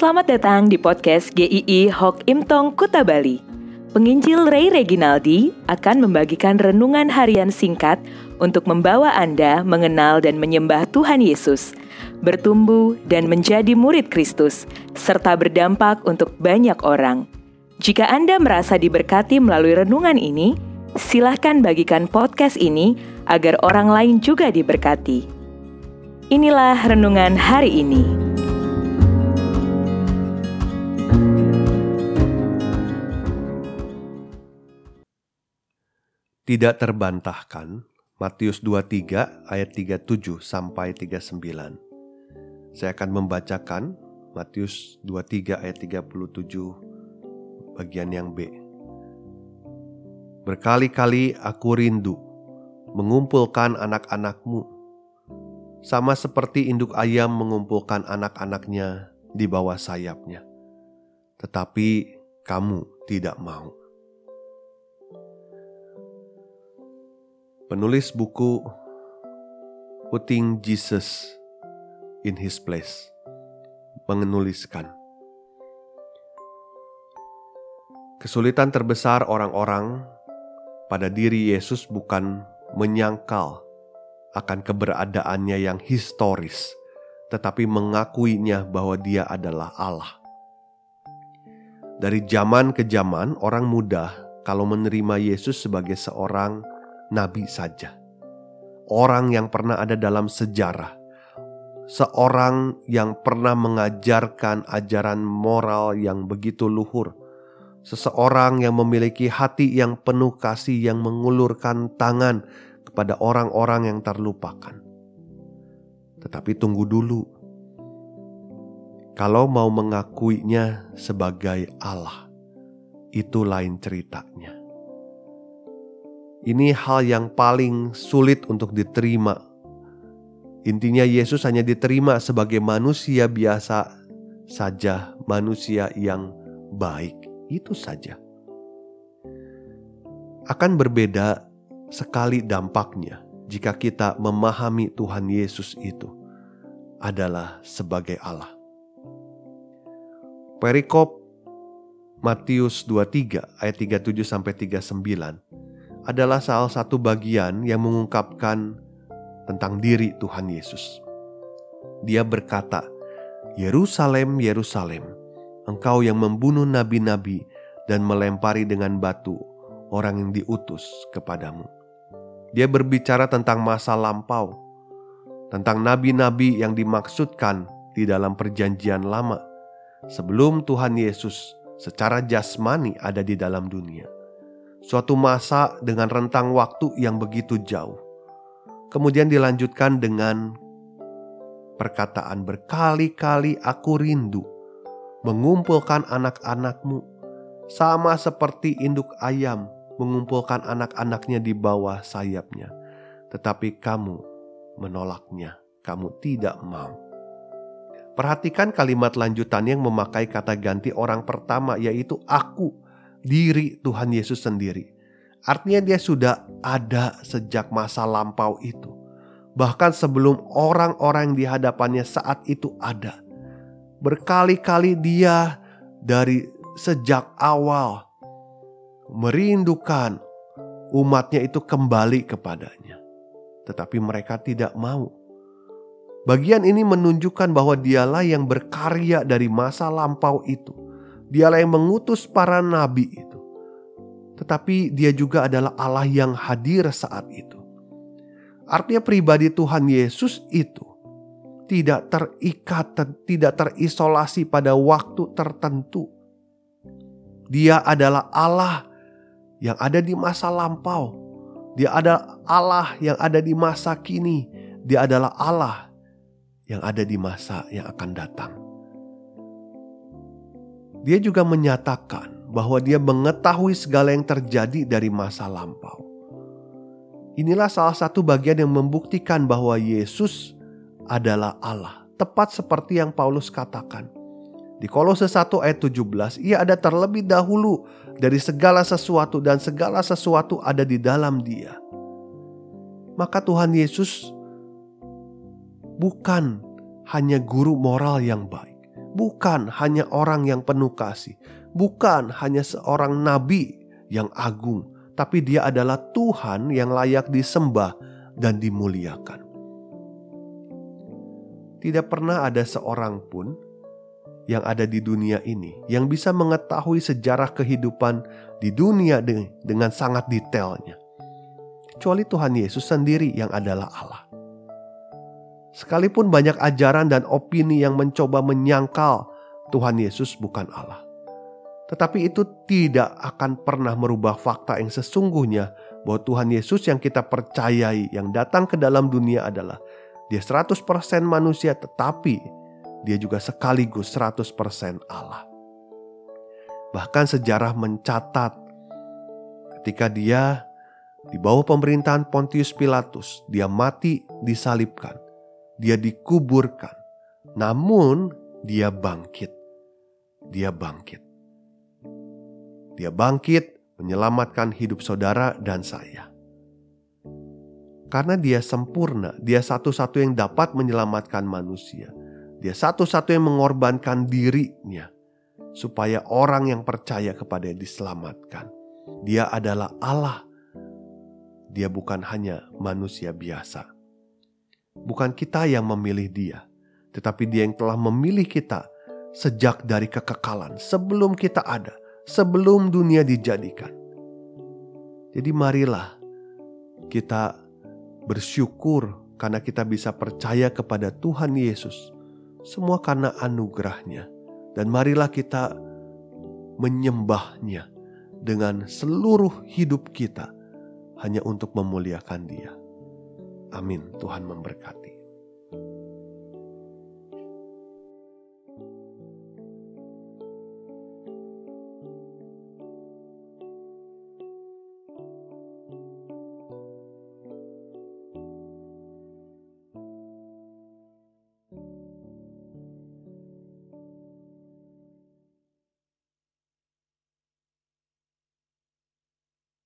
Selamat datang di podcast GII Hok Imtong Kuta Bali. Penginjil Ray Reginaldi akan membagikan renungan harian singkat untuk membawa Anda mengenal dan menyembah Tuhan Yesus, bertumbuh dan menjadi murid Kristus, serta berdampak untuk banyak orang. Jika Anda merasa diberkati melalui renungan ini, silahkan bagikan podcast ini agar orang lain juga diberkati. Inilah renungan hari ini. Tidak terbantahkan, Matius 23 ayat 37 sampai 39. Saya akan membacakan Matius 23 ayat 37 bagian yang B. Berkali-kali aku rindu mengumpulkan anak-anakmu, sama seperti induk ayam mengumpulkan anak-anaknya di bawah sayapnya. Tetapi kamu tidak mau. Penulis buku Putting Jesus in His Place menuliskan, kesulitan terbesar orang-orang pada diri Yesus bukan menyangkal akan keberadaannya yang historis, tetapi mengakuinya bahwa Dia adalah Allah. Dari zaman ke zaman, orang mudah kalau menerima Yesus sebagai seorang nabi saja, orang yang pernah ada dalam sejarah, seorang yang pernah mengajarkan ajaran moral yang begitu luhur, seseorang yang memiliki hati yang penuh kasih, yang mengulurkan tangan kepada orang-orang yang terlupakan. Tetapi tunggu dulu, kalau mau mengakuinya sebagai Allah, itu lain ceritanya. Ini hal yang paling sulit untuk diterima. Intinya Yesus hanya diterima sebagai manusia biasa saja, manusia yang baik, itu saja. Akan berbeda sekali dampaknya jika kita memahami Tuhan Yesus itu adalah sebagai Allah. Perikop Matius 23 ayat 37 sampai 39 adalah salah satu bagian yang mengungkapkan tentang diri Tuhan Yesus. Dia berkata, "Yerusalem, Yerusalem, engkau yang membunuh nabi-nabi dan melempari dengan batu orang yang diutus kepadamu." Dia berbicara tentang masa lampau, tentang nabi-nabi yang dimaksudkan di dalam perjanjian lama, sebelum Tuhan Yesus secara jasmani ada di dalam dunia. Suatu masa dengan rentang waktu yang begitu jauh. Kemudian dilanjutkan dengan perkataan, berkali-kali aku rindu mengumpulkan anak-anakmu, sama seperti induk ayam mengumpulkan anak-anaknya di bawah sayapnya. Tetapi kamu menolaknya, kamu tidak mau. Perhatikan kalimat lanjutan yang memakai kata ganti orang pertama, yaitu aku. Diri Tuhan Yesus sendiri. Artinya dia sudah ada sejak masa lampau itu. Bahkan sebelum orang-orang di hadapannya saat itu ada. Berkali-kali dia dari sejak awal merindukan umatnya itu kembali kepadanya. Tetapi mereka tidak mau. Bagian ini menunjukkan bahwa dialah yang berkarya dari masa lampau itu. Dialah yang mengutus para nabi itu. Tetapi dia juga adalah Allah yang hadir saat itu. Artinya pribadi Tuhan Yesus itu tidak terikat, tidak terisolasi pada waktu tertentu. Dia adalah Allah yang ada di masa lampau. Dia adalah Allah yang ada di masa kini. Dia adalah Allah yang ada di masa yang akan datang. Dia juga menyatakan bahwa dia mengetahui segala yang terjadi dari masa lampau. Inilah salah satu bagian yang membuktikan bahwa Yesus adalah Allah. Tepat seperti yang Paulus katakan. Di Kolose 1 ayat 17, ia ada terlebih dahulu dari segala sesuatu dan segala sesuatu ada di dalam dia. Maka Tuhan Yesus bukan hanya guru moral yang baik. bukan hanya orang yang penuh kasih, bukan hanya seorang nabi yang agung, tapi Dia adalah Tuhan yang layak disembah dan dimuliakan. Tidak pernah ada seorang pun yang ada di dunia ini yang bisa mengetahui sejarah kehidupan di dunia dengan sangat detailnya, kecuali Tuhan Yesus sendiri yang adalah Allah. Sekalipun banyak ajaran dan opini yang mencoba menyangkal Tuhan Yesus bukan Allah, tetapi itu tidak akan pernah merubah fakta yang sesungguhnya bahwa Tuhan Yesus yang kita percayai, yang datang ke dalam dunia adalah Dia 100% manusia, tetapi Dia juga sekaligus 100% Allah. Bahkan sejarah mencatat ketika Dia di bawah pemerintahan Pontius Pilatus, Dia mati disalibkan, Dia dikuburkan, namun Dia bangkit. Dia bangkit. Dia bangkit menyelamatkan hidup saudara dan saya. Karena Dia sempurna, Dia satu-satu yang dapat menyelamatkan manusia. Dia satu-satu yang mengorbankan dirinya supaya orang yang percaya kepada-Nya diselamatkan. Dia adalah Allah. Dia bukan hanya manusia biasa. Bukan kita yang memilih Dia, tetapi Dia yang telah memilih kita sejak dari kekekalan, sebelum kita ada, sebelum dunia dijadikan. Jadi marilah kita bersyukur karena kita bisa percaya kepada Tuhan Yesus. Semua karena anugerah-Nya. Dan marilah kita menyembah-Nya dengan seluruh hidup kita hanya untuk memuliakan Dia. Amin. Tuhan memberkati.